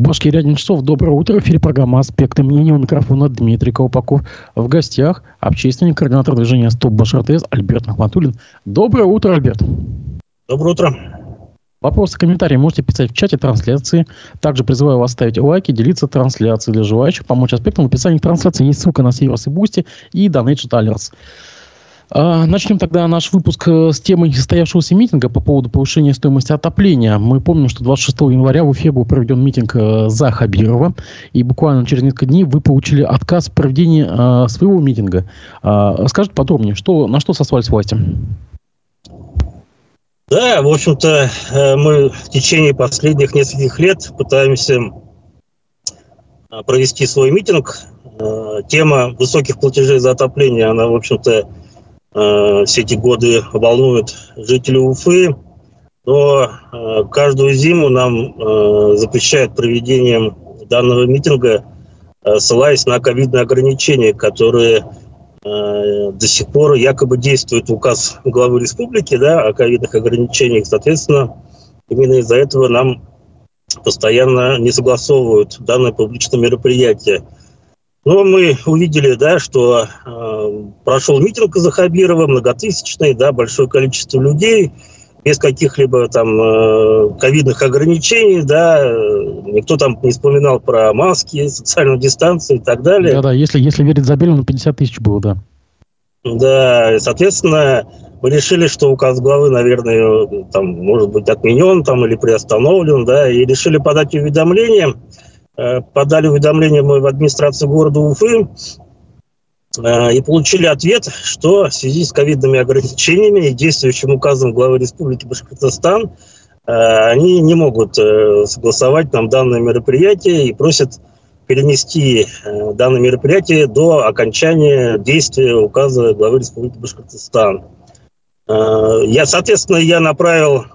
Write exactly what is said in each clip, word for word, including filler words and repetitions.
Башкирия часов. Доброе утро. В эфире программа «Аспекты мнения». У микрофона Дмитрий Колпаков. В гостях общественный координатор движения «Стоп БашРТС» Альберт Нахматуллин. Доброе утро, Альберт. Доброе утро. Вопросы, комментарии можете писать в чате трансляции. Также призываю вас ставить лайки, делиться трансляцией. Для желающих помочь «Аспектам» в описании трансляции есть ссылка на Сиверс и Бусти и Donation Alerts. Начнем тогда наш выпуск с темы несостоявшегося митинга по поводу повышения стоимости отопления. Мы помним, что двадцать шестого января в Уфе был проведен митинг за Хабирова. И буквально через несколько дней вы получили отказ в проведении э, своего митинга. Э, расскажите подробнее, что, на что сослались власти? Да, в общем-то, мы в течение последних нескольких лет пытаемся провести свой митинг. Тема высоких платежей за отопление, она, в общем-то, все эти годы волнует жителей Уфы, но каждую зиму нам запрещают проведение данного митинга, ссылаясь на ковидные ограничения, которые до сих пор якобы действует указ главы республики, да, о ковидных ограничениях. Соответственно, именно из-за этого нам постоянно не согласовывают данное публичное мероприятие. Но мы увидели, да, что э, прошел митинг за Хабирова, многотысячный, да, большое количество людей, без каких-либо там э, ковидных ограничений, да, никто там не вспоминал про маски, социальную дистанцию и так далее. Да-да, если, если верить Забелину, пятьдесят тысяч было, да. Да, и, соответственно, мы решили, что указ главы, наверное, там, может быть отменен там, или приостановлен, да, и решили подать уведомление. Подали уведомление мы в администрацию города Уфы и получили ответ, что в связи с ковидными ограничениями и действующим указом главы Республики Башкортостан они не могут согласовать нам данное мероприятие и просят перенести данное мероприятие до окончания действия указа главы Республики Башкортостан. Я, соответственно, я направил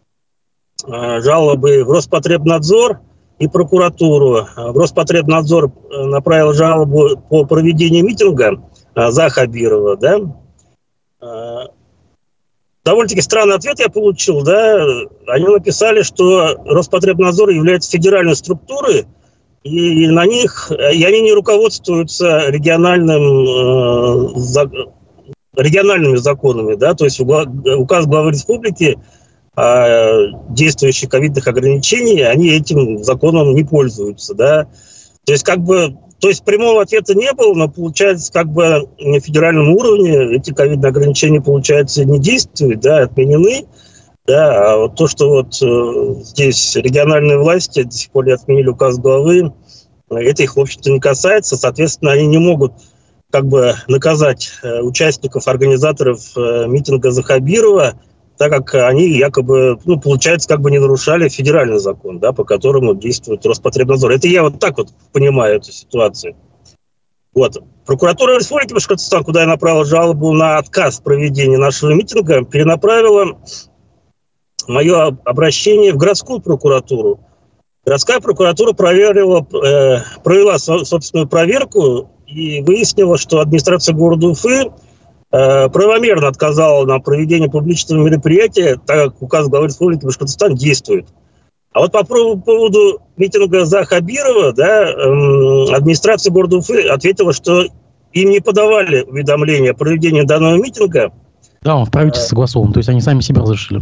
жалобы в Роспотребнадзор и прокуратуру. В Роспотребнадзор направил жалобу по проведению митинга за Хабирова, да. Довольно-таки странный ответ я получил, да. Они написали, что Роспотребнадзор является федеральной структурой, и на них, и они не руководствуются региональным, региональными законами, да, то есть указ главы республики действующих ковидных ограничений, они этим законом не пользуются, да. То есть, как бы, то есть прямого ответа не было, но получается, как бы на федеральном уровне эти ковидные ограничения, получается, не действуют, да, отменены, да. А вот то, что вот э, здесь региональные власти до сих пор не отменили указ главы, это их, в общем-то, не касается, соответственно, они не могут как бы наказать э, участников, организаторов э, митинга за Хабирова, так как они якобы, ну, получается, как бы не нарушали федеральный закон, да, по которому действует Роспотребнадзор. Это я вот так вот понимаю эту ситуацию. Вот. Прокуратура Республики Башкортостан, куда я направил жалобу на отказ в проведении нашего митинга, перенаправила мое обращение в городскую прокуратуру. Городская прокуратура проверила, э, провела собственную проверку и выяснила, что администрация города Уфы правомерно отказала на проведение публичного мероприятия, так как указ главы Республики Башкортостан действует. А вот по поводу митинга за Хабирова, да, администрация города Уфы ответила, что им не подавали уведомления о проведении данного митинга. Да, он в правительстве согласован, то есть они сами себя разрешили.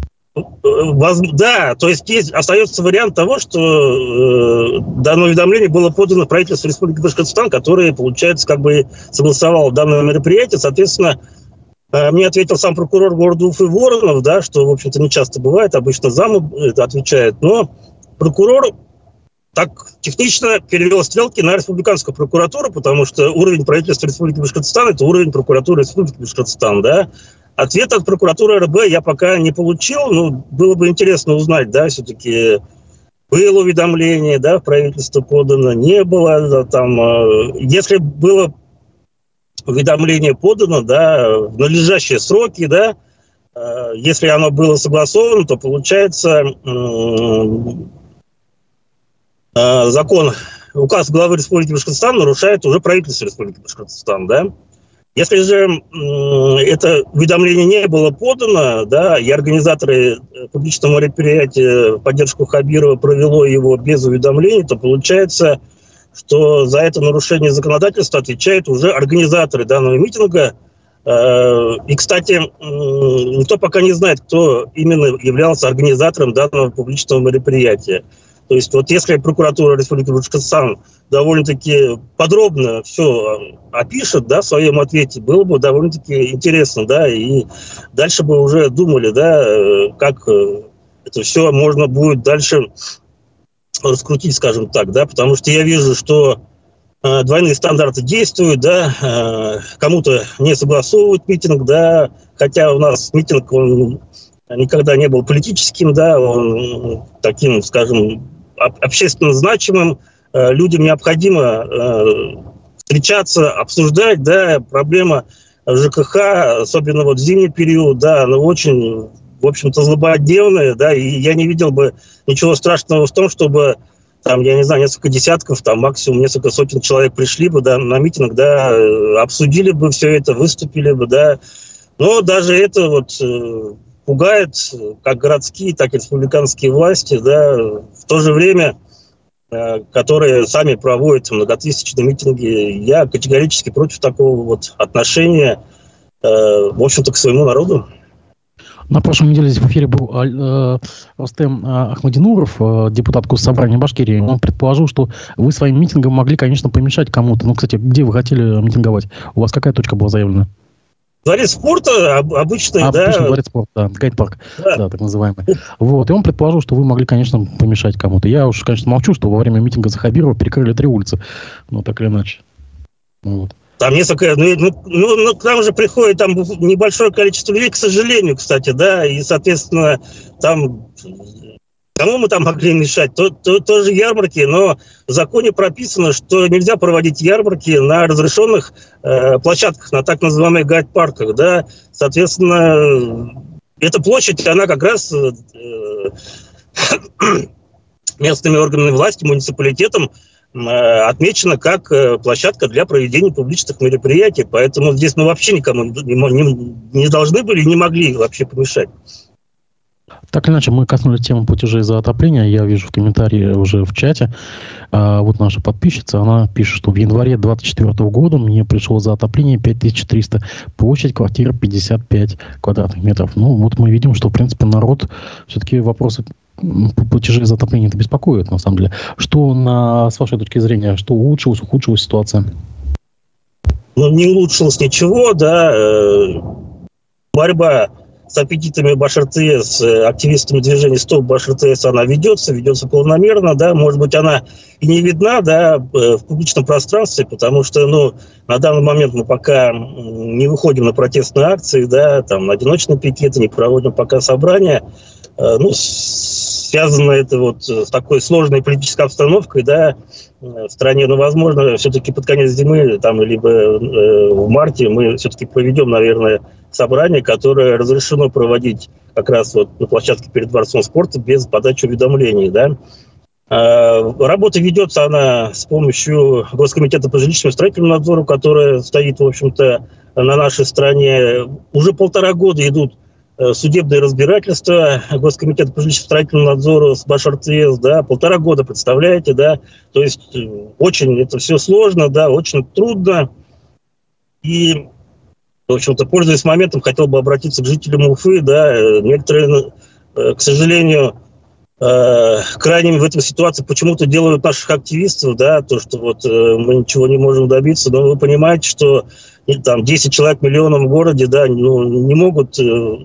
Да, то есть есть, остается вариант того, что э, данное уведомление было подано в правительство Республики Башкортостан, которое, получается, как бы согласовало данное мероприятие. Соответственно, э, мне ответил сам прокурор города Уфы Воронов, да, что, в общем-то, не часто бывает, обычно зам это отвечает, но прокурор так технично перевел стрелки на республиканскую прокуратуру, потому что уровень правительства Республики Башкортостан – это уровень прокуратуры Республики Башкортостан, да. Ответ от прокуратуры эр бэ я пока не получил, но было бы интересно узнать, да, все-таки было уведомление, да, в правительство подано, не было, да, там, э, если было уведомление подано, да, в надлежащие сроки, да, э, если оно было согласовано, то получается э, э, закон, указ главы Республики Башкортостан нарушает уже правительство Республики Башкортостан, да. Если же это уведомление не было подано, да, и организаторы публичного мероприятия в поддержку Хабирова провело его без уведомлений, то получается, что за это нарушение законодательства отвечают уже организаторы данного митинга. И, кстати, никто пока не знает, кто именно являлся организатором данного публичного мероприятия. То есть вот если прокуратура Республики Башкортостан довольно-таки подробно все опишет, да, в своем ответе, было бы довольно-таки интересно, да, и дальше бы уже думали, да, как это все можно будет дальше раскрутить, скажем так, да, потому что я вижу, что э, двойные стандарты действуют, да, э, кому-то не согласовывают митинг, да, хотя у нас митинг, он никогда не был политическим, да, он таким, скажем, общественно значимым, э, людям необходимо э, встречаться, обсуждать, да, проблема ЖКХ, особенно вот в зимний период, да, она очень, в общем-то, злободневная, да, и я не видел бы ничего страшного в том, чтобы там, я не знаю, несколько десятков, там, максимум несколько сотен человек пришли бы, да, на митинг, да, обсудили бы все это, выступили бы, да, но даже это вот пугает как городские, так и республиканские власти, да, в то же время, которые сами проводят многотысячные митинги. Я категорически против такого вот отношения, в общем-то, к своему народу. На прошлой неделе здесь в эфире был э, Рустем Ахмадинуров, э, депутат Госсобрания Башкирии. Он предположил, что вы своим митингом могли, конечно, помешать кому-то. Ну, кстати, где вы хотели митинговать? У вас какая точка была заявлена? Дворец спорта, обычный, а, да. Обычный дворец спорта, да, гайд-парк, да. да, так называемый. Вот, и он предположил, что вы могли, конечно, помешать кому-то. Я уж, конечно, молчу, что во время митинга за Хабирова перекрыли три улицы. Ну, так или иначе. Вот. Там несколько, ну, ну, ну, к нам же приходит там небольшое количество людей, к сожалению, кстати, да, и, соответственно, там, кому мы там могли мешать? То, то, тоже ярмарки, но в законе прописано, что нельзя проводить ярмарки на разрешенных э, площадках, на так называемых гайд-парках, да, соответственно, эта площадь, она как раз э, местными органами власти, муниципалитетом отмечена как площадка для проведения публичных мероприятий, поэтому здесь мы вообще никому не, не, не должны были, не могли вообще помешать. Так или иначе, мы коснулись темы платежей за отопление. Я вижу в комментарии уже в чате. А, вот наша подписчица, она пишет, что в январе двадцать четвёртого года мне пришло за отопление пять тысяч триста, площадь квартиры пятьдесят пять квадратных метров. Ну, вот мы видим, что, в принципе, народ все-таки вопросы платежей за отопление это беспокоит, на самом деле. Что, на, с вашей точки зрения, что улучшилась, ухудшилась ситуация? Ну, не улучшилось ничего, да. Борьба с аппетитами Башар-ТС, с активистами движения «Стоп Башар-ТС», она ведется, ведется полномерно, да, может быть, она и не видна, да, в публичном пространстве, потому что, ну, на данный момент мы пока не выходим на протестные акции, да, там, на одиночные пикеты, не проводим пока собрания, ну, связано это вот с такой сложной политической обстановкой, да, в стране, но, возможно, все-таки под конец зимы, там, либо э, в марте мы все-таки проведем, наверное, собрание, которое разрешено проводить как раз вот на площадке перед Дворцом спорта без подачи уведомлений, да. Э, работа ведется она с помощью Госкомитета по жилищному и строительному надзору, который стоит, в общем-то, на нашей стране. Уже полтора года идут судебные разбирательства Госкомитета по жилищно-строительному надзору с Башар-ТС, да, полтора года, представляете, да, то есть очень это все сложно, да, очень трудно, и, в общем-то, пользуясь моментом, хотел бы обратиться к жителям Уфы, да, некоторые, к сожалению, крайними в этой ситуации почему-то делают наших активистов, да, то, что вот мы ничего не можем добиться, но вы понимаете, что там десять человек в миллионном городе, да, ну, не могут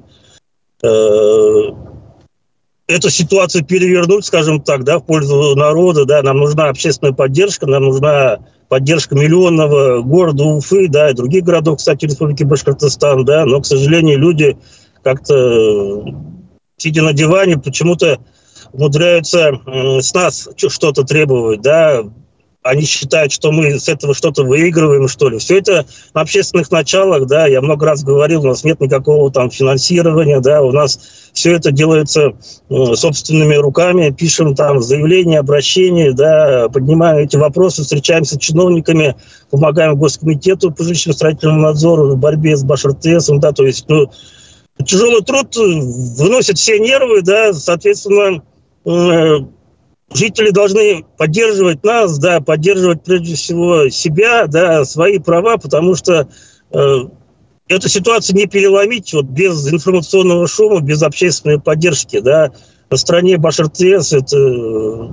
эту ситуацию перевернуть, скажем так, да, в пользу народа, да, нам нужна общественная поддержка, нам нужна поддержка миллионного города Уфы, да, и других городов, кстати, Республики Башкортостан, да, но, к сожалению, люди как-то, сидя на диване, почему-то умудряются с нас что-то требовать, да, они считают, что мы с этого что-то выигрываем, что ли. Все это на общественных началах, да, я много раз говорил, у нас нет никакого там финансирования, да, у нас все это делается э, собственными руками, пишем там заявления, обращения, да, поднимаем эти вопросы, встречаемся с чиновниками, помогаем Госкомитету по жилищно-строительному надзору в борьбе с БашРТСом, да, то есть, ну, тяжелый труд выносит все нервы, да, соответственно, э, жители должны поддерживать нас, да, поддерживать прежде всего себя, да, свои права, потому что э, эту ситуацию не переломить вот, без информационного шума, без общественной поддержки, да. На стороне БашРТС это,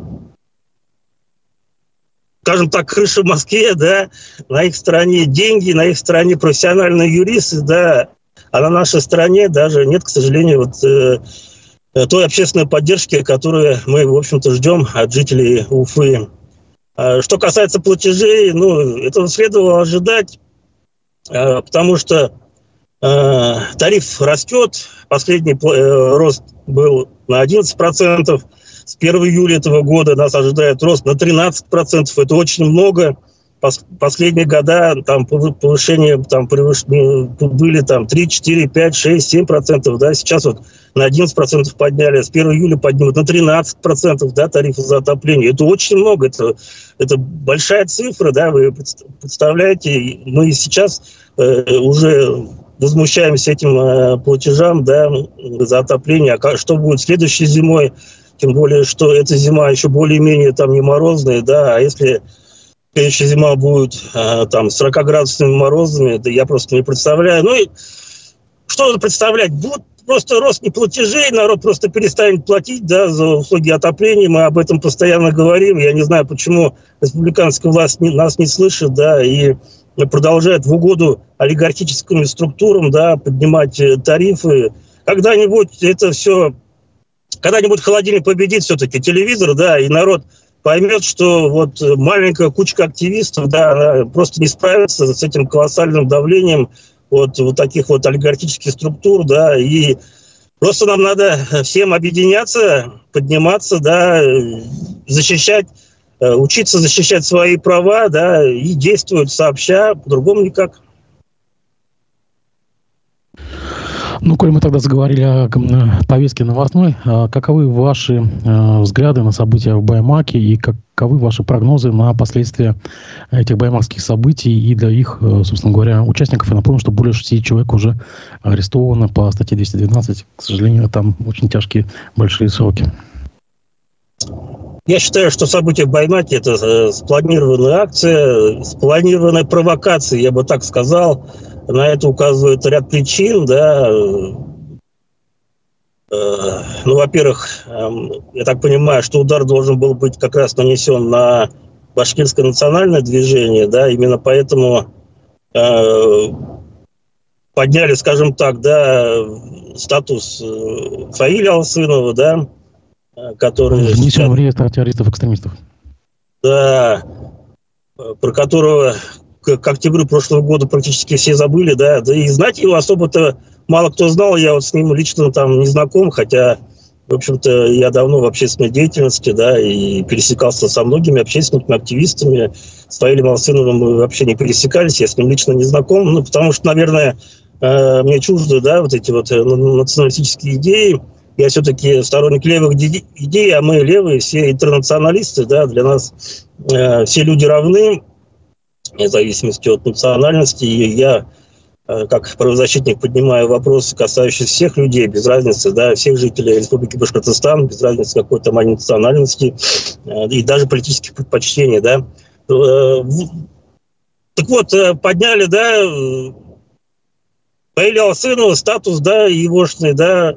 скажем так, крыша в Москве, да, на их стороне деньги, на их стороне профессиональные юристы, да, а на нашей стороне даже нет, к сожалению, вот э, той общественной поддержки, которую мы, в общем-то, ждем от жителей Уфы. Что касается платежей, ну, этого следовало ожидать, потому что тариф растет, последний рост был на одиннадцать процентов, с первого июля этого года нас ожидает рост на тринадцать процентов, это очень много. Последние года там повышения там, были там, три, четыре, пять, шесть, семь процентов. Да, сейчас вот на одиннадцать процентов подняли, с первого июля поднимут на тринадцать процентов, да, тарифы за отопление. Это очень много, это, это большая цифра, да, вы представляете. Мы сейчас э, уже возмущаемся этим э, платежам, да, за отопление. А что будет следующей зимой? Тем более, что эта зима еще более-менее там не морозная, да, а если следующая зима будет а, там сорокаградусными морозами, да я просто не представляю. Ну и что надо представлять? Будет просто рост неплатежей, народ просто перестанет платить, да, за услуги отопления. Мы об этом постоянно говорим. Я не знаю, почему республиканская власть не, нас не слышит, да, и продолжает в угоду олигархическим структурам, да, поднимать тарифы. Когда-нибудь это все, когда-нибудь холодильник победит все-таки телевизор, да, и народ поймет, что вот маленькая кучка активистов, да, она просто не справится с этим колоссальным давлением вот, вот таких вот олигархических структур, да, и просто нам надо всем объединяться, подниматься, да, защищать, учиться защищать свои права, да, и действовать сообща, по-другому никак. Ну, коль мы тогда заговорили о повестке новостной, каковы ваши э, взгляды на события в Баймаке и каковы ваши прогнозы на последствия этих баймакских событий и для их, собственно говоря, участников? Я напомню, что более шести человек уже арестованы по статье двести двенадцать. К сожалению, там очень тяжкие большие сроки. Я считаю, что события в Баймаке – это спланированная акция, спланированная провокация, я бы так сказал. На это указывает ряд причин, да. Ну, во-первых, я так понимаю, что удар должен был быть как раз нанесен на башкирское национальное движение, да, именно поэтому э, подняли, скажем так, да, статус Фаиля Алсынова, да, который... Внесен в реестр террористов-экстремистов. Да, про которого к, к октябрю прошлого года практически все забыли, да, да и знать его особо-то мало кто знал, я вот с ним лично там не знаком, хотя, в общем-то, я давно в общественной деятельности, да, и пересекался со многими общественными активистами. С Фаилем Алсыновым мы вообще не пересекались, я с ним лично не знаком, ну, потому что, наверное, э, мне чужды, да, вот эти вот националистические идеи. Я все-таки сторонник левых идей, а мы левые, все интернационалисты, да, для нас э, все люди равны, вне зависимости от национальности, и я как правозащитник поднимаю вопросы, касающиеся всех людей, без разницы, да, всех жителей Республики Башкортостан, без разницы какой там национальности и даже политических предпочтений, да. Так вот, подняли, да, Фаиля Алсынова, статус, да, егошный, да,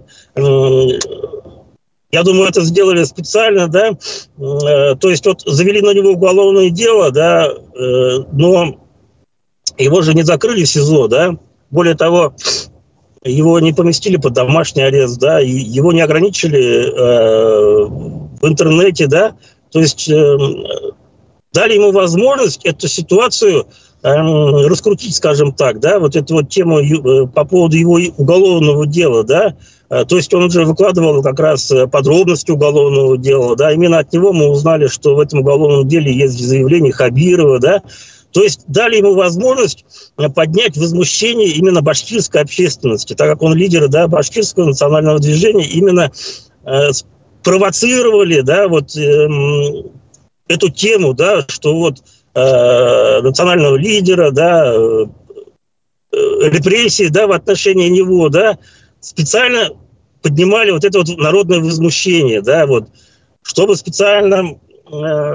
я думаю, это сделали специально, да, то есть вот завели на него уголовное дело, да, но его же не закрыли в СИЗО, да, более того, его не поместили под домашний арест, да, и его не ограничили э, в интернете, да, то есть э, дали ему возможность эту ситуацию э, раскрутить, скажем так, да, вот эту вот тему э, по поводу его уголовного дела, да, То есть он уже выкладывал как раз подробности уголовного дела, да, именно от него мы узнали, что в этом уголовном деле есть заявление Хабирова, да, то есть дали ему возможность поднять возмущение именно башкирской общественности, так как он лидер, да, башкирского национального движения, именно э, спровоцировали, да, вот э, эту тему, да, что вот э, национального лидера, да, э, репрессии, да, в отношении него, да, специально поднимали вот это вот народное возмущение, да, вот, чтобы специально э,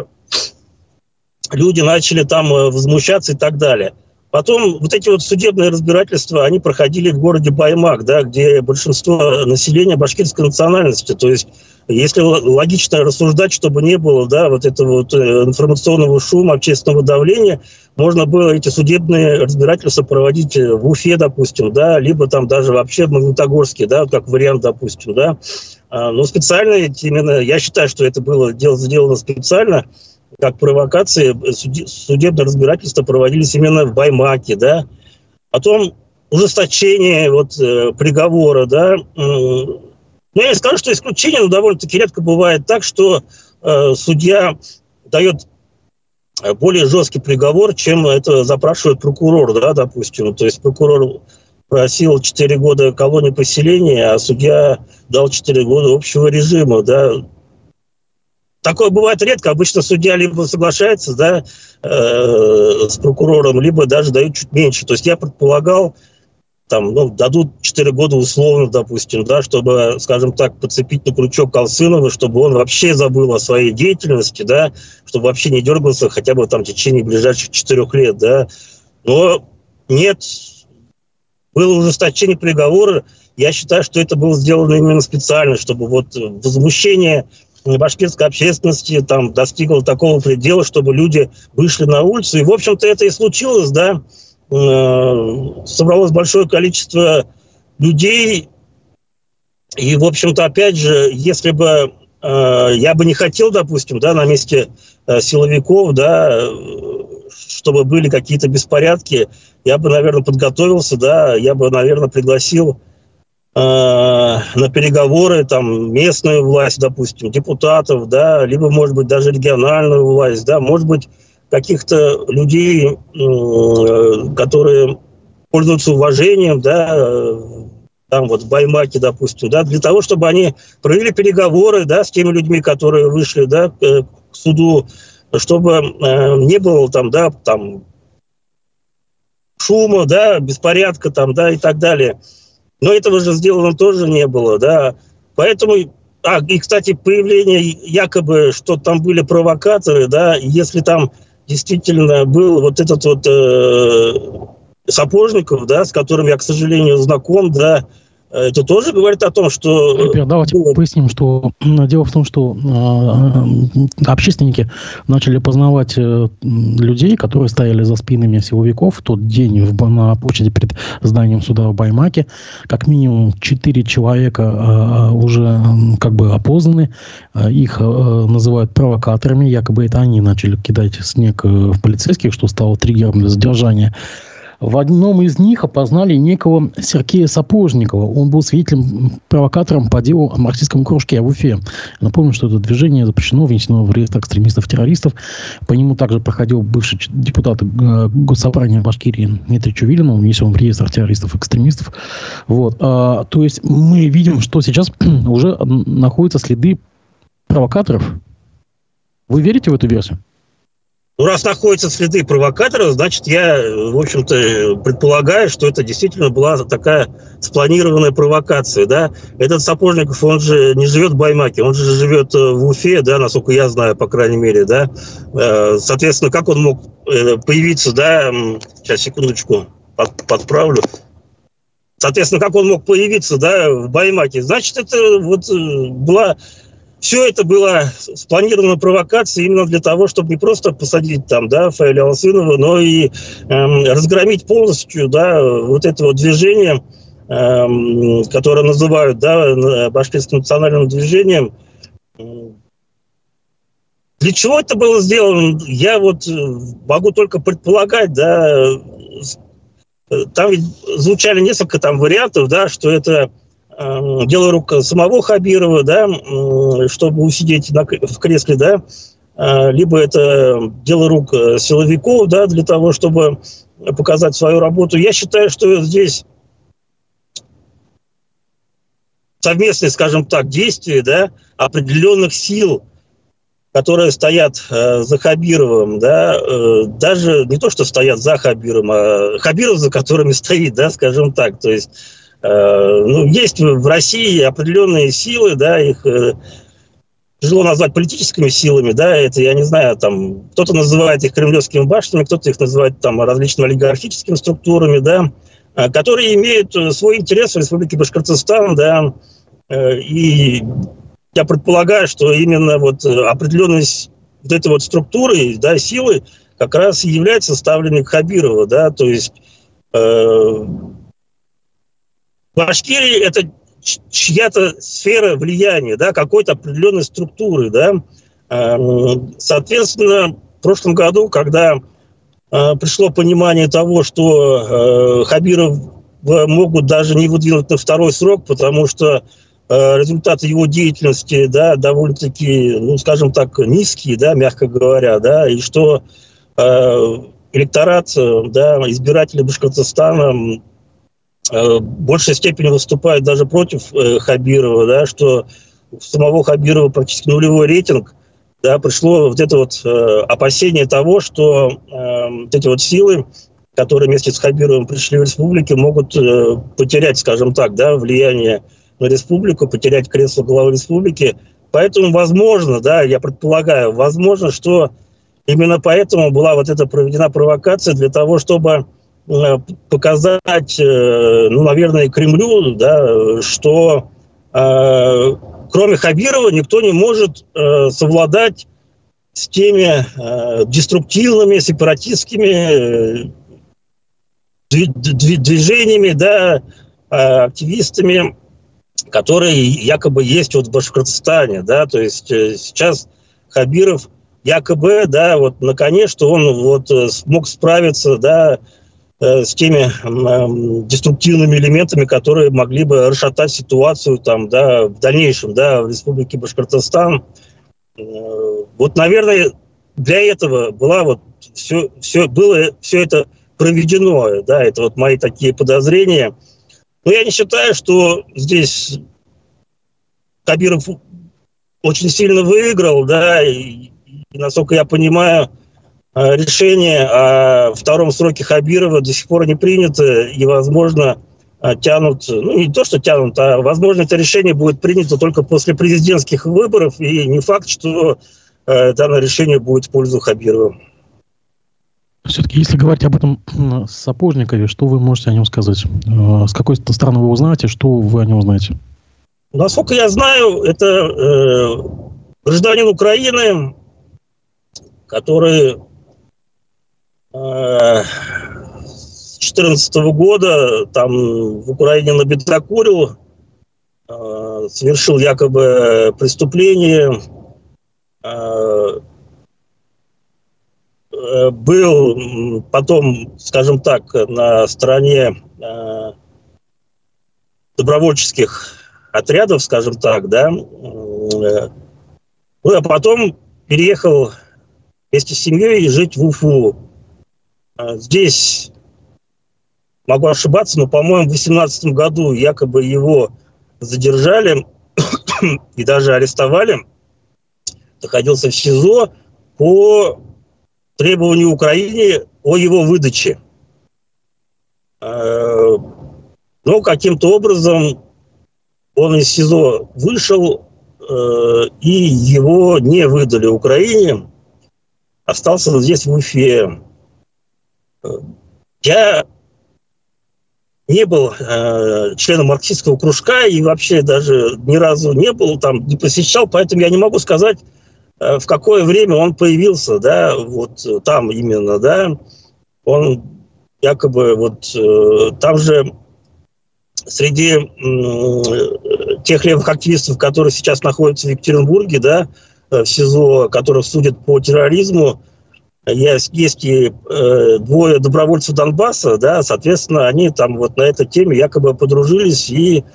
люди начали там возмущаться и так далее. Потом вот эти вот судебные разбирательства, они проходили в городе Баймак, да, где большинство населения башкирской национальности. То есть, если логично рассуждать, чтобы не было, да, вот этого вот информационного шума, общественного давления, можно было эти судебные разбирательства проводить в Уфе, допустим, да, либо там даже вообще в Магнитогорске, да, как вариант, допустим, да. Но специально именно, я считаю, что это было дело сделано специально, как провокации, судебные разбирательства проводились именно в Баймаке, да. Потом ужесточение вот, э, приговора, да. Ну, я не скажу, что исключение, но довольно-таки редко бывает так, что э, судья дает более жесткий приговор, чем это запрашивает прокурор, да, допустим. То есть прокурор просил четыре года колонии поселения, а судья дал четыре года общего режима, да. Такое бывает редко. Обычно судья либо соглашается, да, э, с прокурором, либо даже дают чуть меньше. То есть я предполагал, там, ну, дадут четыре года условно, допустим, да, чтобы, скажем так, подцепить на крючок Колсынова, чтобы он вообще забыл о своей деятельности, да, чтобы вообще не дергался хотя бы там в течение ближайших четырех лет, да. Но нет, было ужесточение приговора. Я считаю, что это было сделано именно специально, чтобы вот возмущение башкирской общественности там достигло такого предела, чтобы люди вышли на улицу. И, в общем-то, это и случилось, да. Собралось большое количество людей. И, в общем-то, опять же, если бы э, я бы не хотел, допустим, да, на месте э, силовиков, да, чтобы были какие-то беспорядки, я бы, наверное, подготовился, да, я бы, наверное, пригласил на переговоры там местную власть, допустим, депутатов, да, либо, может быть, даже региональную власть, да, может быть, каких-то людей, которые пользуются уважением, да, там вот в Баймаке, допустим, да, для того, чтобы они провели переговоры, да, с теми людьми, которые вышли, да, к суду, чтобы не было там, да, там шума, да, беспорядка там, да, и так далее. Но этого же сделано тоже не было, да. Поэтому, а, и, кстати, появление якобы, что там были провокаторы, да, если там действительно был вот этот вот э, Сапожников, да, с которым я, к сожалению, знаком, да, это тоже говорит о том, что... Ребят, давайте поясним, что дело в том, что э, общественники начали познавать э, людей, которые стояли за спинами силовиков в тот день в, на площади перед зданием суда в Баймаке. Как минимум четыре человека э, уже э, как бы опознаны. Э, их э, называют провокаторами. Якобы это они начали кидать снег э, в полицейских, что стало триггером для задержания. В одном из них опознали некого Сергея Сапожникова. Он был свидетелем, провокатором по делу о марксистском кружке в Уфе. Напомню, что это движение запрещено, внесено в реестр экстремистов-террористов. По нему также проходил бывший депутат Госсобрания Башкирии Дмитрий Чувилин. Он внесен в реестр террористов-экстремистов. Вот. А, то есть мы видим, что сейчас уже находятся следы провокаторов. Вы верите в эту версию? Ну, раз находятся следы провокаторов, значит, я, в общем-то, предполагаю, что это действительно была такая спланированная провокация, да. Этот Сапожников, он же не живет в Баймаке, он же живет в Уфе, да, насколько я знаю, по крайней мере, да. Соответственно, как он мог появиться, да, сейчас, секундочку, подправлю. Соответственно, как он мог появиться, да, в Баймаке? Значит, это вот была... Все это было спланировано провокацией именно для того, чтобы не просто посадить там, да, Фаиля Алсынова, но и эм, разгромить полностью, да, вот это вот движение, эм, которое называют, да, башкирским национальным движением. Для чего это было сделано? Я вот могу только предполагать, да. Там ведь звучали несколько там вариантов, да, что это э, дело рук самого Хабирова, да, э, чтобы усидеть на, в кресле, да, э, либо это дело рук силовиков, да, для того, чтобы показать свою работу. Я считаю, что здесь совместные, скажем так, действия, да, определенных сил, которые стоят э, за Хабировым, да, э, даже не то, что стоят за Хабировым, а Хабиров, за которыми стоит, да, скажем так. То есть, э, ну, есть в России определенные силы, да, их э, тяжело назвать политическими силами, да, это, я не знаю, там, кто-то называет их кремлевскими башнями, кто-то их называет там различными олигархическими структурами, да, э, которые имеют свой интерес в Республике Башкортостан, да, э, и я предполагаю, что именно вот определенность вот этой вот структуры, да, силы как раз и является ставленник Хабирова, да, то есть э, Башкирия – это чья-то сфера влияния, да, какой-то определенной структуры, да. Э, соответственно, в прошлом году, когда э, пришло понимание того, что э, Хабиров могут даже не выдвинуть на второй срок, потому что результаты его деятельности, да, довольно-таки, ну, скажем так, низкие, да, мягко говоря, да, и что э, электорат, да, избиратели Башкортостана э, в большей степени выступает даже против э, Хабирова, да, что у самого Хабирова практически нулевой рейтинг, да, пришло вот это вот э, опасение того, что э, вот эти вот силы, которые вместе с Хабировым пришли в республику, могут э, потерять, скажем так, да, влияние на республику, потерять кресло главы республики. Поэтому, возможно, да, я предполагаю, возможно, что именно поэтому была вот эта проведена провокация для того, чтобы э, показать, э, ну, наверное, Кремлю, да, что э, кроме Хабирова никто не может э, совладать с теми э, деструктивными, сепаратистскими э, движениями, да, э, активистами, которые якобы есть вот в Башкортостане, да, то есть э, сейчас Хабиров якобы, да, вот на коне, что он вот э, смог справиться, да, э, с теми э, деструктивными элементами, которые могли бы расшатать ситуацию там, да, в дальнейшем, да, в Республике Башкортостан. Э, вот, наверное, для этого была вот все, все было все это проведено, да, это вот мои такие подозрения. Но я не считаю, что здесь Хабиров очень сильно выиграл, да, и, и, насколько я понимаю, решение о втором сроке Хабирова до сих пор не принято, и, возможно, тянут, ну, не то, что тянут, а, возможно, это решение будет принято только после президентских выборов, и не факт, что э, данное решение будет в пользу Хабирова. Все-таки, если говорить об этом Сапожникове, что вы можете о нем сказать? С какой стороны вы его знаете, что вы о нем знаете? Насколько я знаю, это э, гражданин Украины, который э, с две тысячи четырнадцатого года там в Украине набедокурил, э, совершил якобы преступление, э, был потом, скажем так, на стороне э, добровольческих отрядов, скажем так, да, ну, а потом переехал вместе с семьей жить в Уфу. Здесь, могу ошибаться, но, по-моему, в две тысячи восемнадцатом году якобы его задержали и даже арестовали. Находился в СИЗО по требованию Украины о его выдаче. Но каким-то образом он из СИЗО вышел, и его не выдали Украине. Остался здесь, в Уфе. Я не был членом марксистского кружка и вообще даже ни разу не был там, не посещал, поэтому я не могу сказать, в какое время он появился, да, вот там именно, да, он якобы вот там же среди э, тех левых активистов, которые сейчас находятся в Екатеринбурге, да, в СИЗО, которых судят по терроризму, есть, есть и э, двое добровольцев Донбасса, да, соответственно, они там вот на этой теме якобы подружились и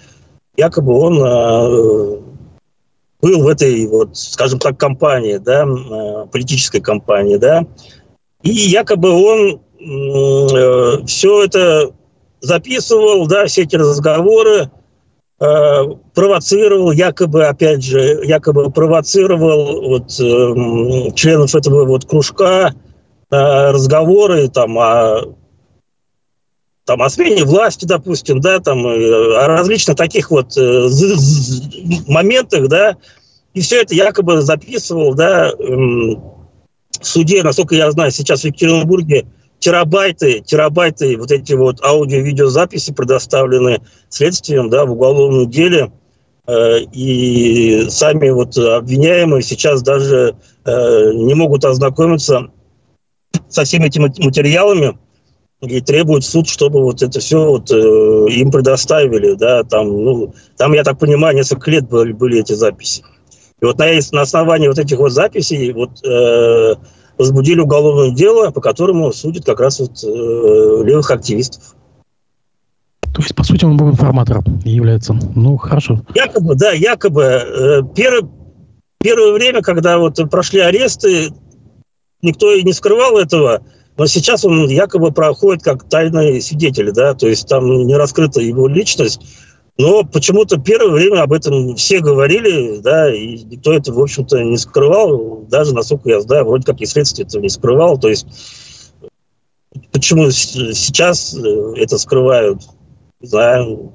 якобы он э, был в этой, вот, скажем так, кампании, да, э, политической кампании, да, и якобы он э, все это записывал, да, все эти разговоры, э, провоцировал, якобы, опять же, якобы провоцировал вот, э, членов этого вот кружка, э, разговоры там о, там, о смене власти, допустим, да, там, э, о различных таких вот э, моментах, да, и все это якобы записывал, да, э, в суде, насколько я знаю, сейчас в Екатеринбурге терабайты, терабайты вот эти вот аудио-видеозаписи предоставлены следствием, да, в уголовном деле, э, и сами вот обвиняемые сейчас даже э, не могут ознакомиться со всеми этими материалами и требуют суд, чтобы вот это все вот, э, им предоставили, да, там, ну, там, я так понимаю, несколько лет были, были эти записи. И вот на, на основании вот этих вот записей вот э, возбудили уголовное дело, по которому судят как раз вот, э, левых активистов. То есть, по сути, он был информатором и является. Ну, хорошо. Якобы, да, якобы. Э, первое, первое время, когда вот прошли аресты, никто и не скрывал этого, но сейчас он якобы проходит как тайный свидетель, да, то есть там не раскрыта его личность. Но почему-то первое время об этом все говорили, да, и никто это, в общем-то, не скрывал, даже, насколько я знаю, вроде как и следствие этого не скрывало. То есть почему сейчас это скрывают, не знаю.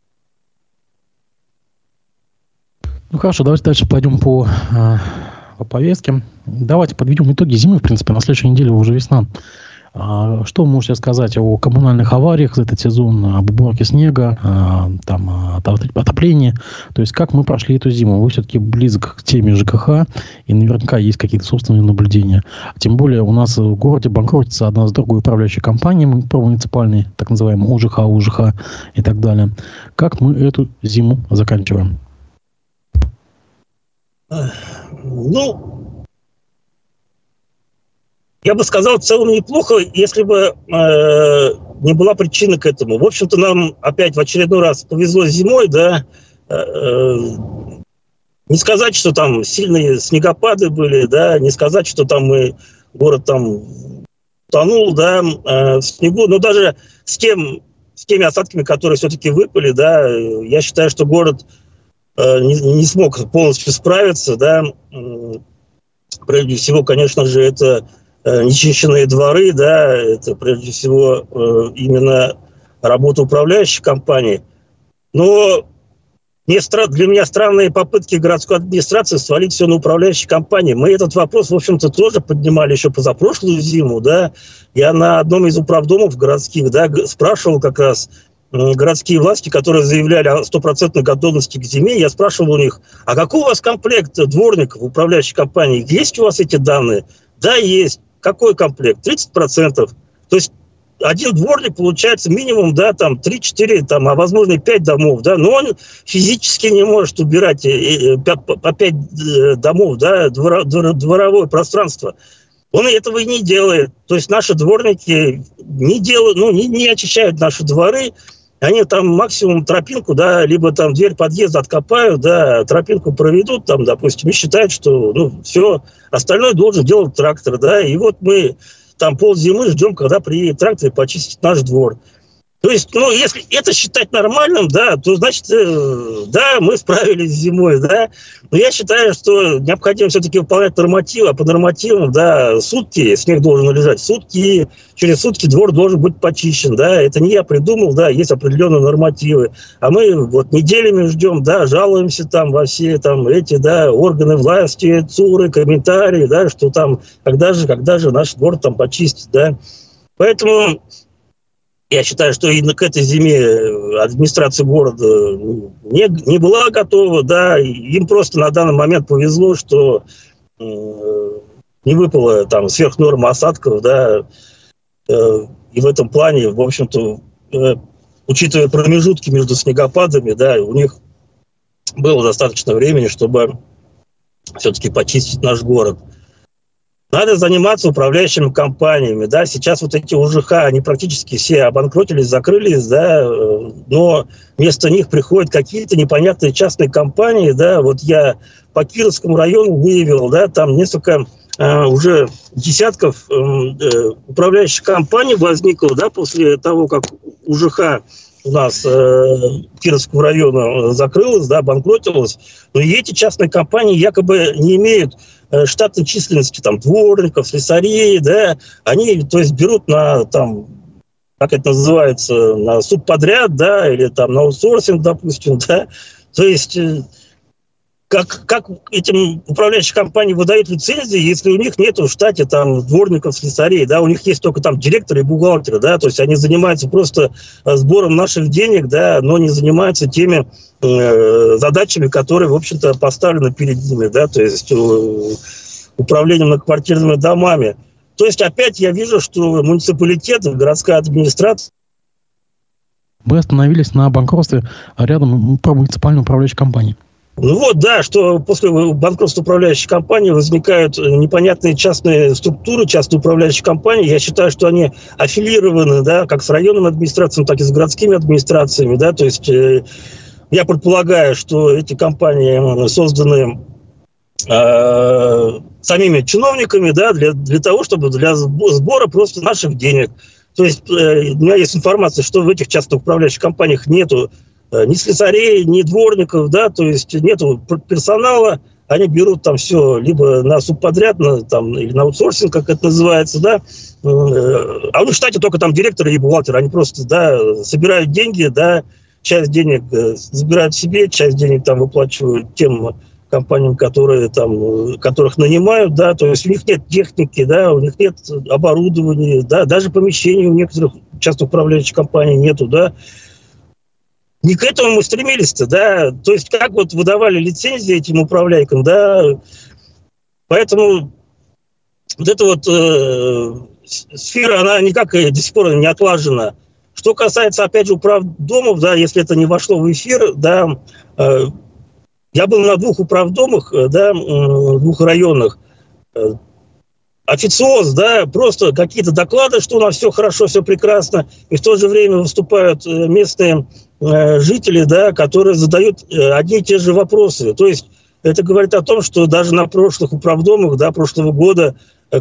Ну хорошо, давайте дальше пойдем по, по повестке. Давайте подведем итоги зимы, в принципе, на следующей неделе уже весна. Что вы можете сказать о коммунальных авариях за этот сезон, об уборке снега, там, отоплении? То есть, как мы прошли эту зиму? Вы все-таки близок к теме ЖКХ, и наверняка есть какие-то собственные наблюдения. Тем более, у нас в городе банкротится одна с другой управляющая компания муниципальные, так называемые УЖХ, УЖХ и так далее. Как мы эту зиму заканчиваем? Ну... Я бы сказал, в целом неплохо, если бы э, не была причина к этому. В общем-то, нам опять в очередной раз повезло зимой, да. Э, не сказать, что там сильные снегопады были, да, не сказать, что там мы, город там тонул, да, э, в снегу. Но даже с, тем, с теми осадками, которые все-таки выпали, да, я считаю, что город э, не, не смог полностью справиться, да. Прежде всего, конечно же, это нечищенные дворы, да, это прежде всего э, именно работа управляющей компании. Но мне, для меня странные попытки городской администрации свалить все на управляющей компании. Мы этот вопрос, в общем-то, тоже поднимали еще позапрошлую зиму, да. Я на одном из управдомов городских, да, спрашивал как раз э, городские власти, которые заявляли о стопроцентной готовности к зиме. Я спрашивал у них, а какой у вас комплект дворников в управляющей компании? Есть у вас эти данные? Да, есть. Какой комплект? тридцать процентов. То есть один дворник получается минимум, да, там три-четыре, там, а возможно и пять домов, да, но он физически не может убирать по пять домов, да, двор, двор, дворовое пространство. Он этого и не делает. То есть наши дворники не делают, ну, не, не очищают наши дворы. Они там максимум тропинку, да, либо там дверь подъезда откопают, да, тропинку проведут, там, допустим, и считают, что, ну, все, остальное должен делать трактор, да, и вот мы там ползимы ждем, когда приедет трактор и почистит наш двор. То есть, ну, если это считать нормальным, да, то, значит, э, да, мы справились с зимой, да, но я считаю, что необходимо все-таки выполнять нормативы, а по нормативам, да, сутки, снег должен лежать сутки, через сутки двор должен быть почищен, да, это не я придумал, да, есть определенные нормативы, а мы вот неделями ждем, да, жалуемся там во все там эти, да, органы власти, ЦУРы, комментарии, да, что там, когда же, когда же наш двор там почистит, да, поэтому... Я считаю, что и к этой зиме администрация города не, не была готова, да, им просто на данный момент повезло, что э, не выпало там сверх нормы осадков, да, э, и в этом плане, в общем-то, э, учитывая промежутки между снегопадами, да, у них было достаточно времени, чтобы все-таки почистить наш город. Надо заниматься управляющими компаниями, да, сейчас вот эти УЖХ, они практически все обанкротились, закрылись, да, но вместо них приходят какие-то непонятные частные компании, да, вот я по Кировскому району выявил, да, там несколько э, уже десятков э, управляющих компаний возникло, да, после того, как УЖХ у нас э, Кировского района закрылась, да, банкротилась, но и эти частные компании якобы не имеют э, штатной численности, там, дворников, слесарей, да, они, то есть, берут на, там, как это называется, на субподряд, да, или там на аутсорсинг, допустим, да, то есть... Э, Как, как этим управляющим компаниям выдают лицензии, если у них нет в штате там дворников, слесарей, да, у них есть только там директоры и бухгалтеры, да, то есть они занимаются просто сбором наших денег, да, но не занимаются теми э, задачами, которые, в общем-то, поставлены перед ними, да, то есть э, управлением многоквартирными домами. То есть опять я вижу, что муниципалитет, городская администрация... Вы остановились на банкротстве рядом про муниципальную управляющую компанию. Ну вот, да, что после банкротства управляющей компании возникают непонятные частные структуры, частные управляющие компании. Я считаю, что они аффилированы, да, как с районными администрациями, так и с городскими администрациями, да, то есть э, я предполагаю, что эти компании созданы э, самими чиновниками, да, для, для того, чтобы для сбора просто наших денег. То есть э, у меня есть информация, что в этих частных управляющих компаниях нету ни слесарей, ни дворников, да, то есть нету персонала, они берут там все либо на субподряд, на, там, или на аутсорсинг, как это называется, да, а у них в штате только там директоры и бухгалтеры, они просто, да, собирают деньги, да, часть денег забирают себе, часть денег там выплачивают тем компаниям, которые там, которых нанимают, да, то есть у них нет техники, да, у них нет оборудования, да, даже помещений у некоторых часто управляющих компаний нету, да. Не к этому мы стремились-то, да, то есть как вот выдавали лицензии этим управляйкам, да, поэтому вот эта вот э, сфера, она никак до сих пор не отлажена. Что касается, опять же, управдомов, да, если это не вошло в эфир, да, э, я был на двух управдомах, да, в двух районах, э, официоз, да, просто какие-то доклады, что у нас все хорошо, все прекрасно, и в то же время выступают местные э, жители, да, которые задают э, одни и те же вопросы. То есть это говорит о том, что даже на прошлых управдомах, да, прошлого года э,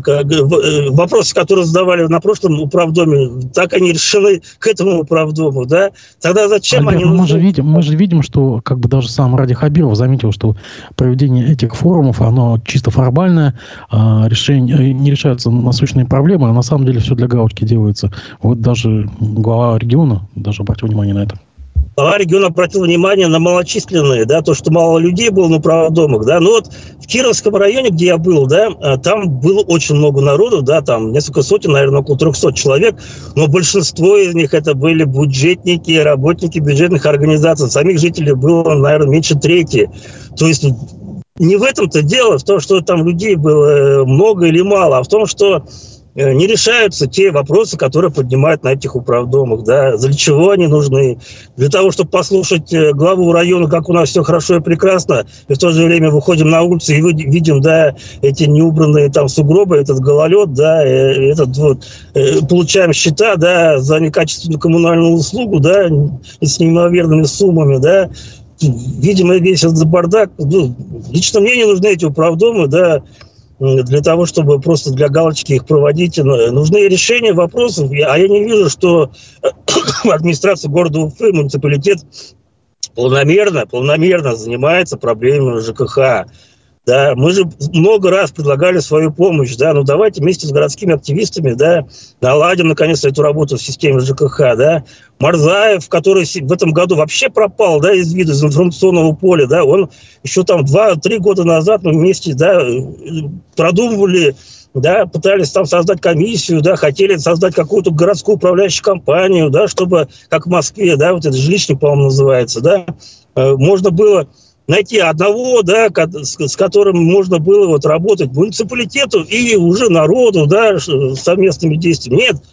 э, вопросы, которые задавали на прошлом управдоме, так они решены к этому управдому, да. Тогда зачем Альберт, они... Мы же, видим, мы же видим, что как бы даже сам Ради Хабиров заметил, что проведение этих форумов, оно чисто формальное, а решение, не решаются насущные проблемы, а на самом деле все для галочки делается. Вот даже глава региона даже обратил внимание на это. Глава региона обратил внимание на малочисленные, да, то, что мало людей было на управдомах, да. Ну вот в Кировском районе, где я был, да, там было очень много народу, да, там несколько сотен, наверное, около трехсот человек, но большинство из них это были бюджетники, работники бюджетных организаций. Самих жителей было, наверное, меньше трети. То есть не в этом-то дело, в том, что там людей было много или мало, а в том, что не решаются те вопросы, которые поднимают на этих управдомах, да, для чего они нужны, для того, чтобы послушать главу района, как у нас все хорошо и прекрасно, и в то же время выходим на улицу и видим, да, эти неубранные там сугробы, этот гололед, да, этот вот, получаем счета, да, за некачественную коммунальную услугу, да, с неимоверными суммами, да, видимо, весь этот бардак, ну, лично мне не нужны эти управдомы, да, для того, чтобы просто для галочки их проводить. Нужны решения вопросов, а я не вижу, что администрация города Уфы, муниципалитет планомерно, планомерно занимается проблемами ЖКХ. Да, мы же много раз предлагали свою помощь, да, ну давайте вместе с городскими активистами, да, наладим наконец эту работу в системе ЖКХ, да. Марзаев, который в этом году вообще пропал, да, из виду, из информационного поля, да, он еще там два-три года назад мы вместе, да, продумывали, да, пытались там создать комиссию, да, хотели создать какую-то городскую управляющую компанию, да, чтобы, как в Москве, да, вот это жилищник, по-моему, называется, да, можно было найти одного, да, с которым можно было вот работать муниципалитету и уже народу, да, совместными действиями. Нет,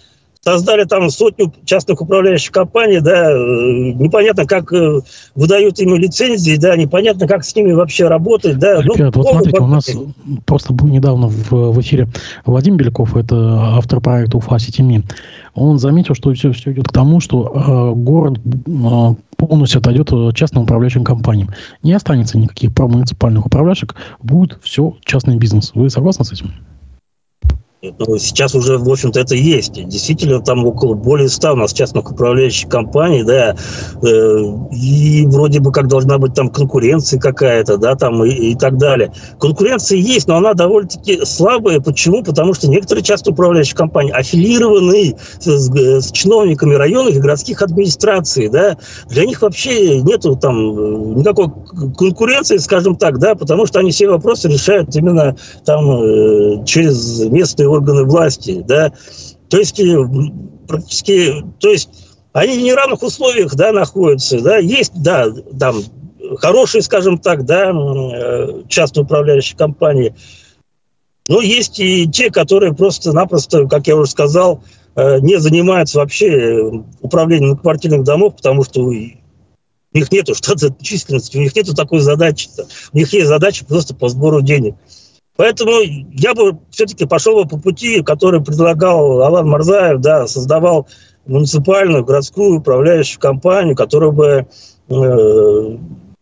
создали там сотню частных управляющих компаний, да, непонятно, как выдают им лицензии, да, непонятно, как с ними вообще работать, да. Ребят, ну, вот смотрите, у нас просто был недавно в, в эфире Вадим Беляков, это автор проекта Уфа Сетими. Он заметил, что все, все идет к тому, что э, город э, полностью отойдет частным управляющим компаниям. Не останется никаких муниципальных управляющих, будет все частный бизнес. Вы согласны с этим? Ну, сейчас уже, в общем-то, это есть. Действительно, там около более ста у нас частных управляющих компаний, да, э, и вроде бы как должна быть там конкуренция какая-то, да, там и, и так далее. Конкуренция есть, но она довольно-таки слабая. Почему? Потому что некоторые частные управляющие компании аффилированы с, с чиновниками районных и городских администраций, да. Для них вообще нету там никакой конкуренции, скажем так, да, потому что они все вопросы решают именно там э, через местные органы власти, да, то есть практически, то есть они в неравных условиях, да, находятся, да, есть, да, там хорошие, скажем так, да, частные управляющие компании, но есть и те, которые просто-напросто, как я уже сказал, не занимаются вообще управлением многоквартирных домов, потому что у них нету штата численности, у них нету такой задачи, у них есть задача просто по сбору денег. Поэтому я бы все-таки пошел бы по пути, который предлагал Алан Марзаев, да, создавал муниципальную городскую управляющую компанию, которая бы э,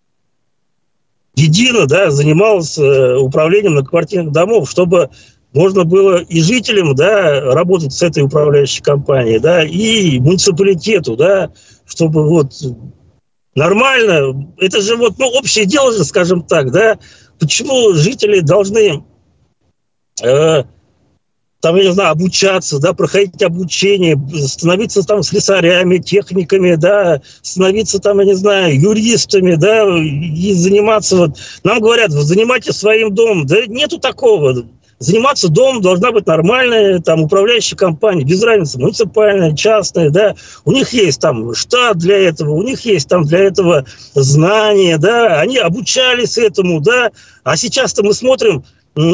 едино, да, занималась э, управлением многоквартирных домов, чтобы можно было и жителям, да, работать с этой управляющей компанией, да, и муниципалитету, да, чтобы вот нормально, это же вот, ну, общее дело же, скажем так, да. Почему жители должны, э, там, я не знаю, обучаться, да, проходить обучение, становиться там слесарями, техниками, да, становиться там, я не знаю, юристами, да, и заниматься, вот, нам говорят, вы занимайтесь своим домом, да нету такого. Заниматься домом должна быть нормальная там управляющая компания, без разницы, муниципальная, частная, да, у них есть там штат для этого, у них есть там для этого знания, да, они обучались этому, да, а сейчас-то мы смотрим,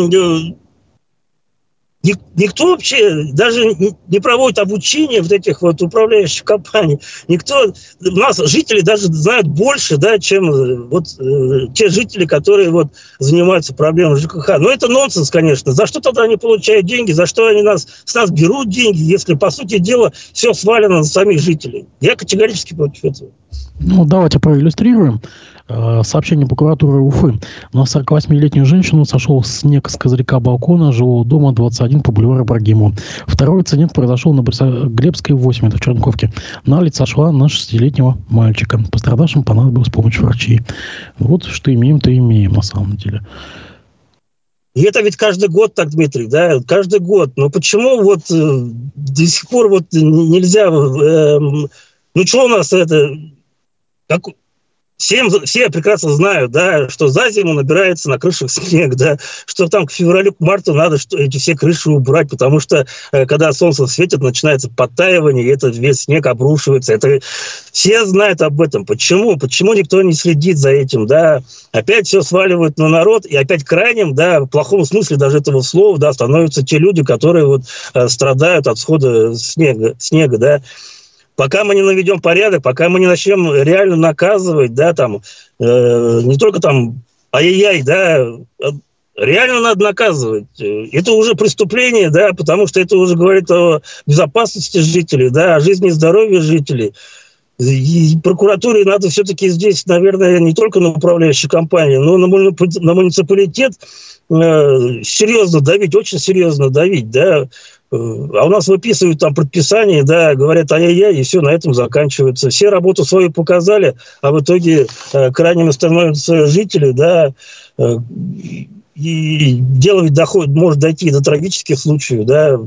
никто вообще даже не проводит обучение вот этих вот управляющих компаний. Никто, у нас жители даже знают больше, да, чем вот э, те жители, которые вот занимаются проблемой ЖКХ. Но это нонсенс, конечно. За что тогда они получают деньги? За что они нас, с нас берут деньги, если, по сути дела, все свалено на самих жителей? Я категорически против этого. Ну, давайте проиллюстрируем. Сообщение прокуратуры Уфы. На сорокавосьмилетнюю женщину сошел снег с козырька балкона жилого дома двадцать один по бульвару Ибрагимова. Второй инцидент произошел на Глебской восемь, это в Черниковке. Наледь сошла на шестилетнего мальчика. Пострадавшим понадобилась помощь врачей. Вот что имеем, то имеем на самом деле. И это ведь каждый год так, Дмитрий, да, каждый год. Но почему вот э, до сих пор вот нельзя... Э, ну, что у нас это... Как... Всем, все прекрасно знают, да, что за зиму набирается на крышах снег, да, что там к февралю, к марту надо что, эти все крыши убрать, потому что э, когда солнце светит, начинается подтаивание, и этот весь снег обрушивается. Это все знают об этом. Почему? Почему никто не следит за этим, да? Опять все сваливают на народ, и опять крайним, да, в плохом смысле даже этого слова, да, становятся те люди, которые вот э, страдают от схода снега, снега, да. Пока мы не наведем порядок, пока мы не начнем реально наказывать, да, там, э, не только там ай-яй-яй, да, реально надо наказывать. Это уже преступление, да, потому что это уже говорит о безопасности жителей, да, о жизни и здоровье жителей. И прокуратуре надо все-таки здесь, наверное, не только на управляющую компанию, но на муниципалитет э, серьезно давить, очень серьезно давить, да. А у нас выписывают там предписание, да, говорят ай-яй-яй, и все, на этом заканчивается. Все работу свою показали, а в итоге э, крайними становятся жители, да, э, и дело ведь доходит, может дойти до трагических случаев, да.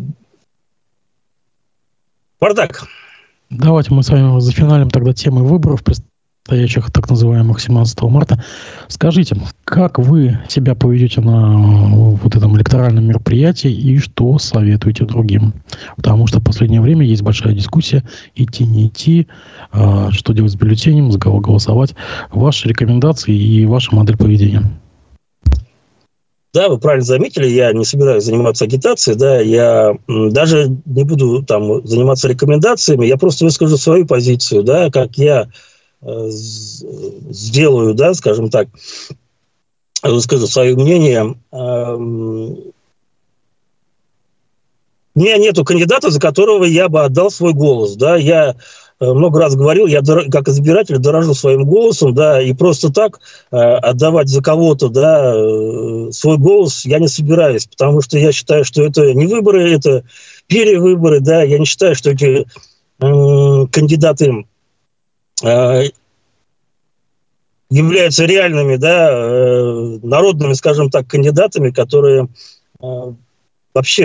Бардак. Давайте мы с вами зафиналим тогда темы выборов, предстоящих так называемых семнадцатого марта. Скажите, как вы себя поведете на вот этом электоральном мероприятии и что советуете другим? Потому что в последнее время есть большая дискуссия, идти, не идти, что делать с бюллетенем, за кого голосовать. Ваши рекомендации и ваша модель поведения. Да, вы правильно заметили, я не собираюсь заниматься агитацией, да, я даже не буду там заниматься рекомендациями, я просто выскажу свою позицию, да, как я э, сделаю, да, скажем так, выскажу свое мнение. Э, у меня нету кандидата, за которого я бы отдал свой голос, да, я много раз говорил, я как избиратель дорожу своим голосом, да, и просто так э, отдавать за кого-то, да, э, свой голос я не собираюсь, потому что я считаю, что это не выборы, это перевыборы, да, я не считаю, что эти э, кандидаты э, являются реальными, да, э, народными, скажем так, кандидатами, которые э, вообще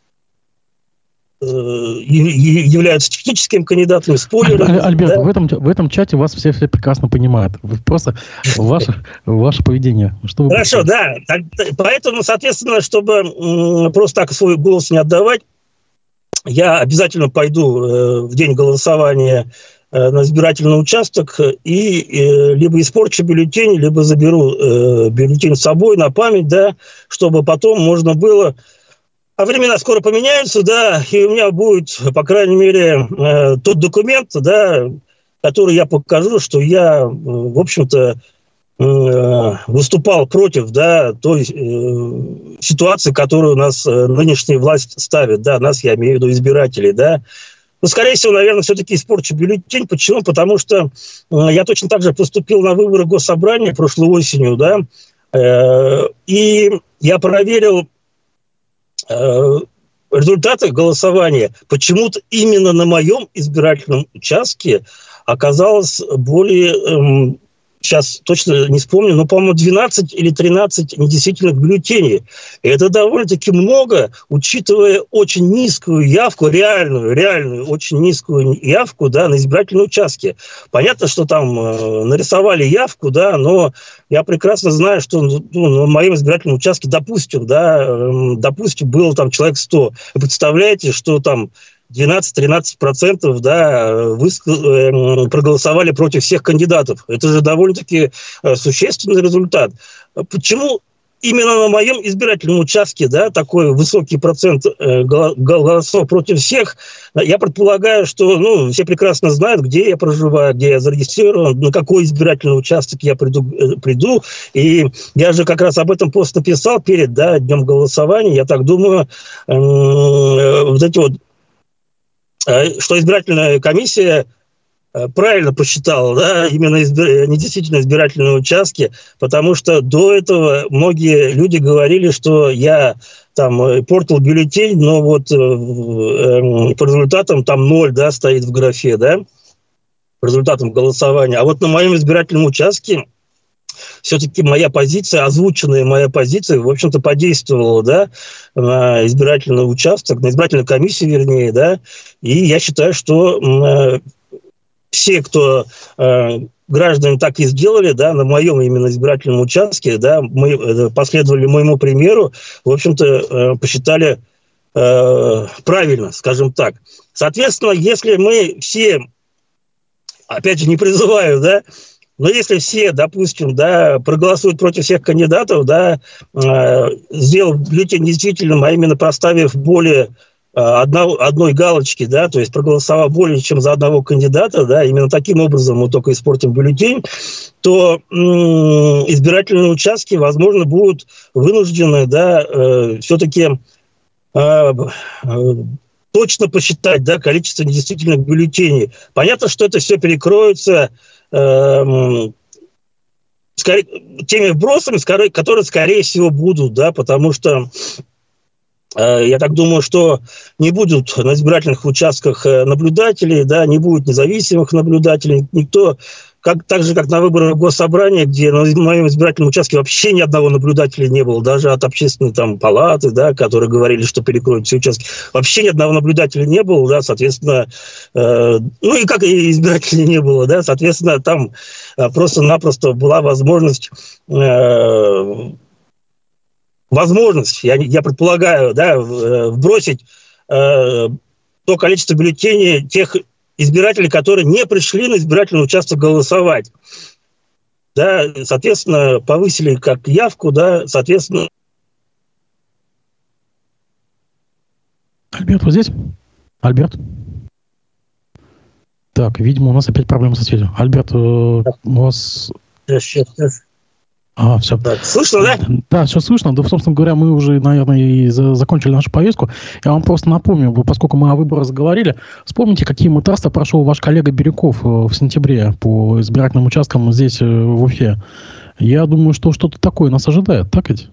являются техническими кандидатами, спойлерами. Альберт, да? в, этом, в этом чате вас все, все прекрасно понимают. Вы просто ваше, ваше поведение. Что вы Хорошо, да. Так, поэтому, соответственно, чтобы м, просто так свой голос не отдавать, я обязательно пойду э, в день голосования э, на избирательный участок и э, либо испорчу бюллетень, либо заберу э, бюллетень с собой на память, да, чтобы потом можно было... А времена скоро поменяются, да, и у меня будет, по крайней мере, э, тот документ, да, который я покажу, что я, э, в общем-то, э, выступал против, да, той э, ситуации, которую у нас э, нынешняя власть ставит, да, нас, я имею в виду, избирателей, да. Но, скорее всего, наверное, все-таки испорчу бюллетень. Почему? Потому что э, я точно так же поступил на выборы Госсобрания прошлой осенью, да, э, и я проверил результаты голосования. Почему-то именно на моем избирательном участке оказалось более, эм, сейчас точно не вспомню, но, по-моему, двенадцать или тринадцать недействительных бюллетеней. И это довольно-таки много, учитывая очень низкую явку, реальную, реальную, очень низкую явку, да, на избирательном участке. Понятно, что там э, нарисовали явку, да, но я прекрасно знаю, что ну, на моем избирательном участке, допустим, да, э, допустим, было там человек сто. Вы представляете, что там двенадцать-тринадцать процентов, да, выск... проголосовали против всех кандидатов. Это же довольно-таки существенный результат. Почему именно на моем избирательном участке, да, такой высокий процент голосов против всех? Я предполагаю, что, ну, все прекрасно знают, где я проживаю, где я зарегистрирован, на какой избирательный участок я приду, приду. И я же как раз об этом пост написал перед, да, днем голосования. Я так думаю, вот эти вот что избирательная комиссия правильно посчитала, да, именно избир... недействительно избирательные участки, потому что до этого многие люди говорили, что я там портил бюллетень, но вот э, э, по результатам там ноль, да, стоит в графе, да, по результатам голосования. А вот на моем избирательном участке все-таки моя позиция, озвученная моя позиция, в общем-то, подействовала, да, на избирательный участок, на избирательную комиссию, вернее, да, и я считаю, что э, все, кто э, граждане так и сделали, да, на моем именно избирательном участке, да, мы э, последовали моему примеру, в общем-то, э, посчитали э, правильно, скажем так. Соответственно, если мы все, опять же, не призываю, да, но если все, допустим, да, проголосуют против всех кандидатов, да, э, сделав бюллетень действительным, а именно проставив более э, одно, одной галочки, да, то есть проголосовав более чем за одного кандидата, да, именно таким образом мы только испортим бюллетень, то э, избирательные участки, возможно, будут вынуждены, да, э, все-таки э, э, точно посчитать, да, количество недействительных бюллетеней. Понятно, что это все перекроется Э, скорее, теми вбросами, скорее, которые, скорее всего, будут, да, потому что э, я так думаю, что не будут на избирательных участках наблюдателей, да, не будет независимых наблюдателей, никто, как, так же, как на выборах Госсобрания, где на моем избирательном участке вообще ни одного наблюдателя не было, даже от общественной там палаты, да, которые говорили, что перекроют все участки, вообще ни одного наблюдателя не было, да, соответственно, э, ну и как и избирателей не было, да, соответственно, там э, просто-напросто была возможность, э, возможность, я, я предполагаю, да, вбросить э, то количество бюллетеней тех избирателей, которые не пришли на избирательный участок голосовать. Да, соответственно, повысили как явку, да, соответственно, Альберт, вы здесь? Альберт? Так, видимо, у нас опять проблемы со связью. Альберт, э, у вас... Сейчас, сейчас. А, все. Так, слышно, да? Да, все слышно. Да, собственно говоря, мы уже, наверное, и за- закончили нашу повестку. Я вам просто напомню, поскольку мы о выборах заговорили, вспомните, какие мытарства прошел ваш коллега Бирюков э, в сентябре по избирательным участкам здесь, э, в Уфе. Я думаю, что что-то такое нас ожидает, так ведь?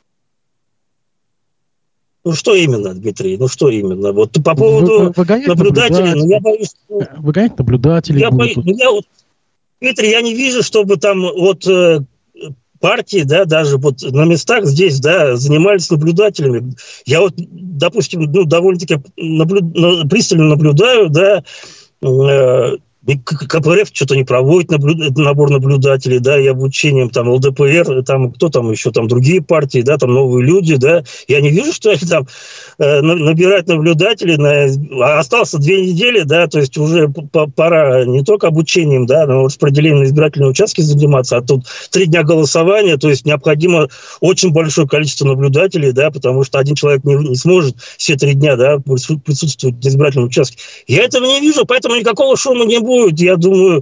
Ну, что именно, Дмитрий? Ну, что именно? Вот по Вы- поводу вы- выгонять наблюдателей, ну, я наблюдателей, боюсь, что... выгонять наблюдателей Я, будут. боюсь, ну, я вот, Дмитрий, я не вижу, чтобы там вот э, партии, да, даже вот на местах здесь, да, занимались наблюдателями. Я вот, допустим, ну, довольно-таки наблю... на- пристально наблюдаю, да, э, и К- КПРФ что-то не проводит наблю- набор наблюдателей, да, и обучением, там, ЛДПР, там, кто там еще, там, другие партии, да, там, новые люди, да. Я не вижу, что они там э, на- набирают наблюдателей. На... а Осталось две недели, да, то есть уже п- п- пора не только обучением, да, но распределением на избирательные участки заниматься, а тут три дня голосования, то есть необходимо очень большое количество наблюдателей, да, потому что один человек не, не сможет все три дня, да, прису- присутствовать на избирательном участке. Я этого не вижу, поэтому никакого шума не будет. Я думаю,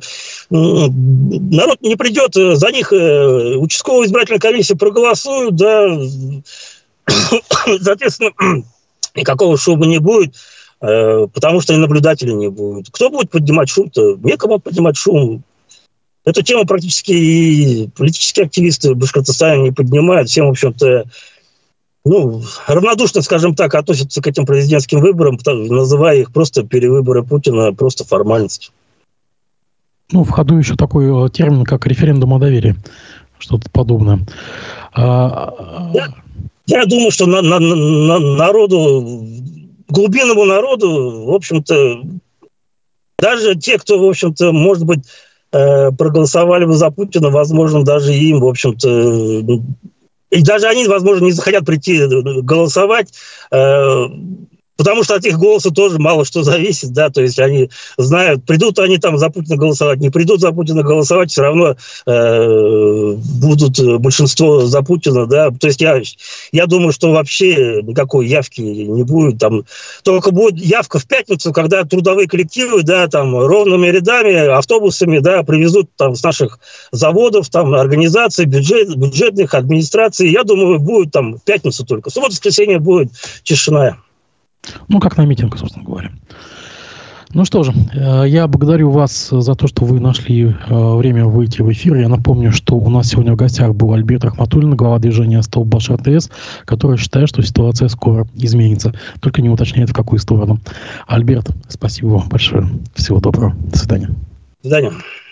м, народ не придет, э, за них э, участковая избирательная комиссия проголосует, да, соответственно, никакого шума не будет, э, потому что и наблюдателей не будет. Кто будет поднимать шум-то? Некому поднимать шум. Эту тему практически и политические активисты в Башкортостане не поднимают. Всем, в общем-то, ну, равнодушно, скажем так, относятся к этим президентским выборам, потому- называя их просто перевыборы Путина, просто формальность. Ну, в ходу еще такой э, термин, как референдум о доверии. Что-то подобное. А, Да. Я думаю, что на, на- на- народу, глубинному народу, в общем-то, даже те, кто, в общем-то, может быть, э, проголосовали бы за Путина, возможно, даже им, в общем-то, и даже они, возможно, не захотят прийти голосовать, э, потому что от их голоса тоже мало что зависит, да, то есть они знают, придут они там за Путина голосовать, не придут за Путина голосовать, все равно э, будут большинство за Путина, да, то есть я, я думаю, что вообще никакой явки не будет, там, только будет явка в пятницу, когда трудовые коллективы, да, там, ровными рядами, автобусами, да, привезут там с наших заводов, там, организаций, бюджет, бюджетных администраций, я думаю, будет там в пятницу только, в субботу-воскресенье будет тишина. Ну, как на митинг, собственно говоря. Ну что же, э, я благодарю вас за то, что вы нашли э, время выйти в эфир. Я напомню, что у нас сегодня в гостях был Альберт Рахматуллин, глава движения «Стоп Башар ТС», который считает, что ситуация скоро изменится. Только не уточняет, в какую сторону. Альберт, спасибо вам большое. Всего доброго. До свидания. До свидания.